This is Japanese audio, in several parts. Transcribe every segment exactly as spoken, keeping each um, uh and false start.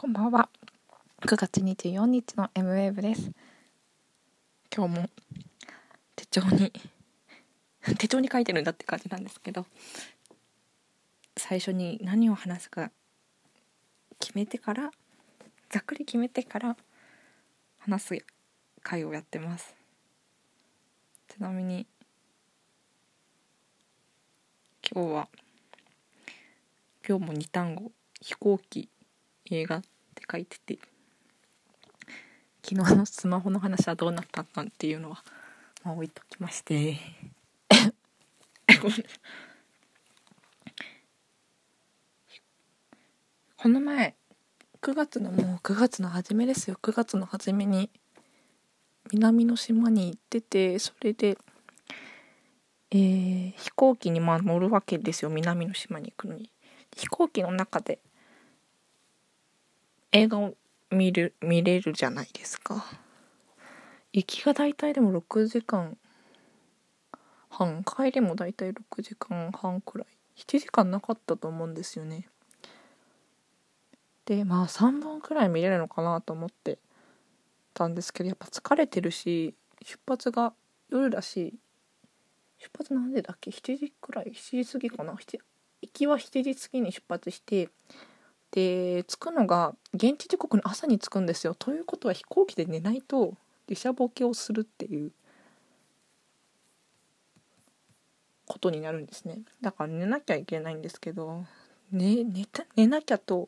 こんばんは。くがつにじゅうよっかの エムウェーブです。今日も手帳に手帳に書いてるんだって感じなんですけど、最初に何を話すか決めてからざっくり決めてから話す回をやってます。ちなみに今日は今日もに単語、飛行機、映画って書いてて、昨日のスマホの話はどうなったかっていうのはまあ置いときましてこの前くがつのもうくがつの初めですよくがつの初めに南の島に行ってて、それで、えー、飛行機にまあ乗るわけですよ。南の島に行くのに飛行機の中で映画を見る見れるじゃないですか。行きがだいたいでもろくじかんはん、帰りもだいたいろくじかんはんくらい、しちじかんなかったと思うんですよね。でまあさんぼんくらい見れるのかなと思ってたんですけど、やっぱ疲れてるし、出発が夜だし、出発なんでだっけ、しちじくらい、しちじ過ぎかな、行きはしちじ過ぎに出発して、で着くのが現地時刻の朝に着くんですよ。ということは飛行機で寝ないと時差ボケをするっていうことになるんですね。だから寝なきゃいけないんですけど、ね、寝た寝なきゃと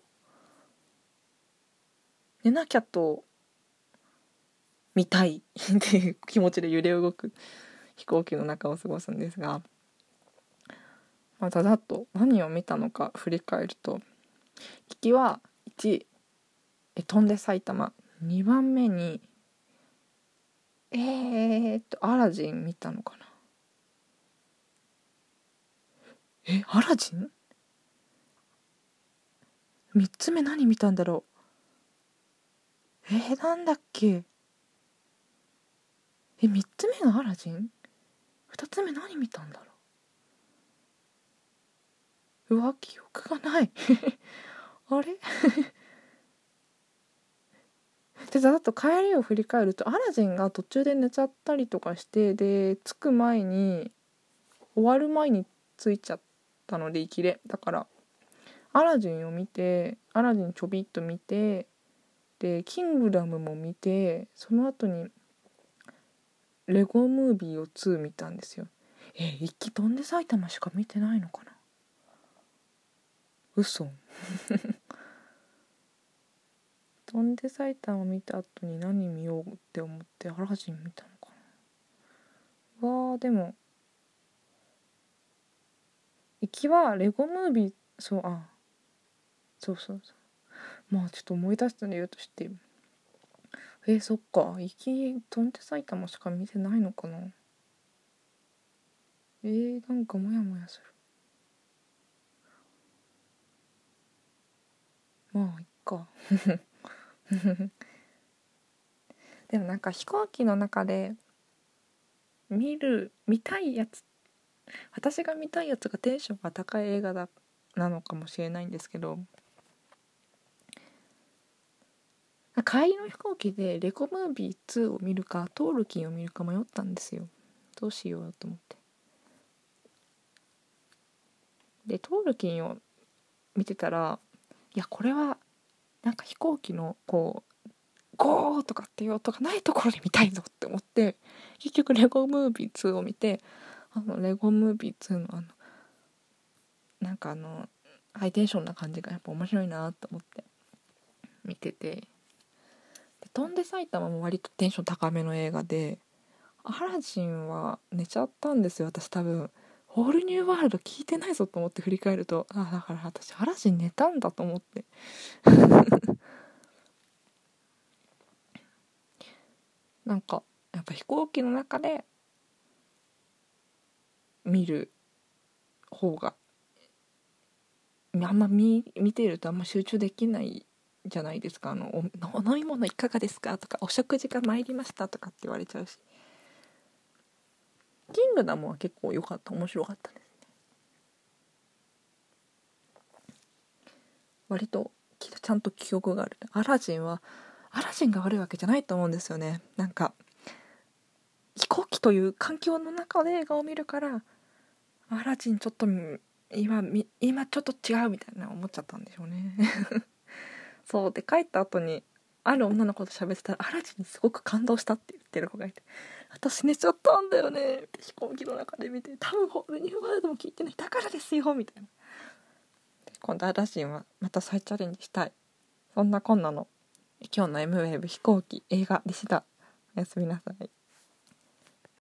寝なきゃと見たいっていう気持ちで揺れ動く飛行機の中を過ごすんですが、まあ、ざざっと何を見たのか振り返ると、行きはいちえ飛んで埼玉、にばんめにえーっとアラジン見たのかな。えアラジンみっつめ何見たんだろう。えー、なんだっけ。えみっつめがアラジン、ふたつめ何見たんだろう。うわ記憶がないあれでざっと帰りを振り返ると、アラジンが途中で寝ちゃったりとかして、で着く前に終わる前に着いちゃったので、行きでだからアラジンを見て、アラジンちょびっと見て、でキングダムも見て、その後にレゴムービーをに見たんですよ。え一気飛んで埼玉しか見てないのかな。嘘飛んで埼玉見た後に何見ようって思ってアラジン見たのかな。わーでも行きはレゴムービー、そうあそうそうそう、まあちょっと思い出したの言うとして、えー、そっか、行き飛んで埼玉しか見てないのかな。えー、なんかモヤモヤする。まあいっかでもなんか飛行機の中で見る見たいやつ、私が見たいやつがテンションが高い映画だなのかもしれないんですけど、帰りの飛行機でレゴムービーにを見るかトールキンを見るか迷ったんですよ。どうしようと思って、でトールキンを見てたら、いやこれはなんか飛行機のこうゴーとかっていう音がないところで見たいぞって思って、結局レゴムービーにを見て、あのレゴムービーにのあのなんかあのハイテンションな感じがやっぱ面白いなと思って見てて、で飛んで埼玉も割とテンション高めの映画で、アラジンは寝ちゃったんですよ。私多分ホールニューワールド聞いてないぞと思って振り返ると、あだから私アラジン寝たんだと思ってなんかやっぱ飛行機の中で見る方があんま 見, 見てるとあんま集中できないじゃないですか。あの お, お飲み物いかがですかとか、お食事が参りましたとかって言われちゃうし、キングダムは結構良かった、面白かったですね。割ときちゃんと記憶がある。アラジンはアラジンが悪いわけじゃないと思うんですよね。なんか飛行機という環境の中で映画を見るからアラジンちょっと今今ちょっと違うみたいな思っちゃったんでしょうねそうで、帰った後にある女の子と喋ってたらアラジンにすごく感動したって言ってる子がいて、私寝ちゃったんだよねって飛行機の中で見て、多分ホールにワードも聞いてないだからですよみたいな。今度アラジンはまた再チャレンジしたい。そんなこんなの今日の エムウェーブ 飛行機映画でした。おやすみなさい。